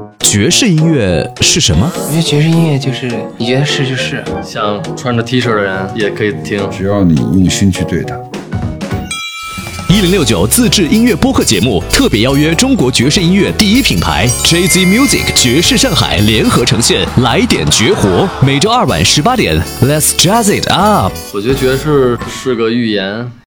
爵士音乐是什么？ 我觉得爵士音乐就是你觉得是就是， 像穿着 T 恤的人也可以听， 只要你用心去对它。 1069自制音乐播客节目特别邀约中国爵士音乐第一品牌 JZ Music 爵士上海联合呈现来点绝活，每周2晚18点 Let's Jazz It Up。 我觉得爵士是个寓言。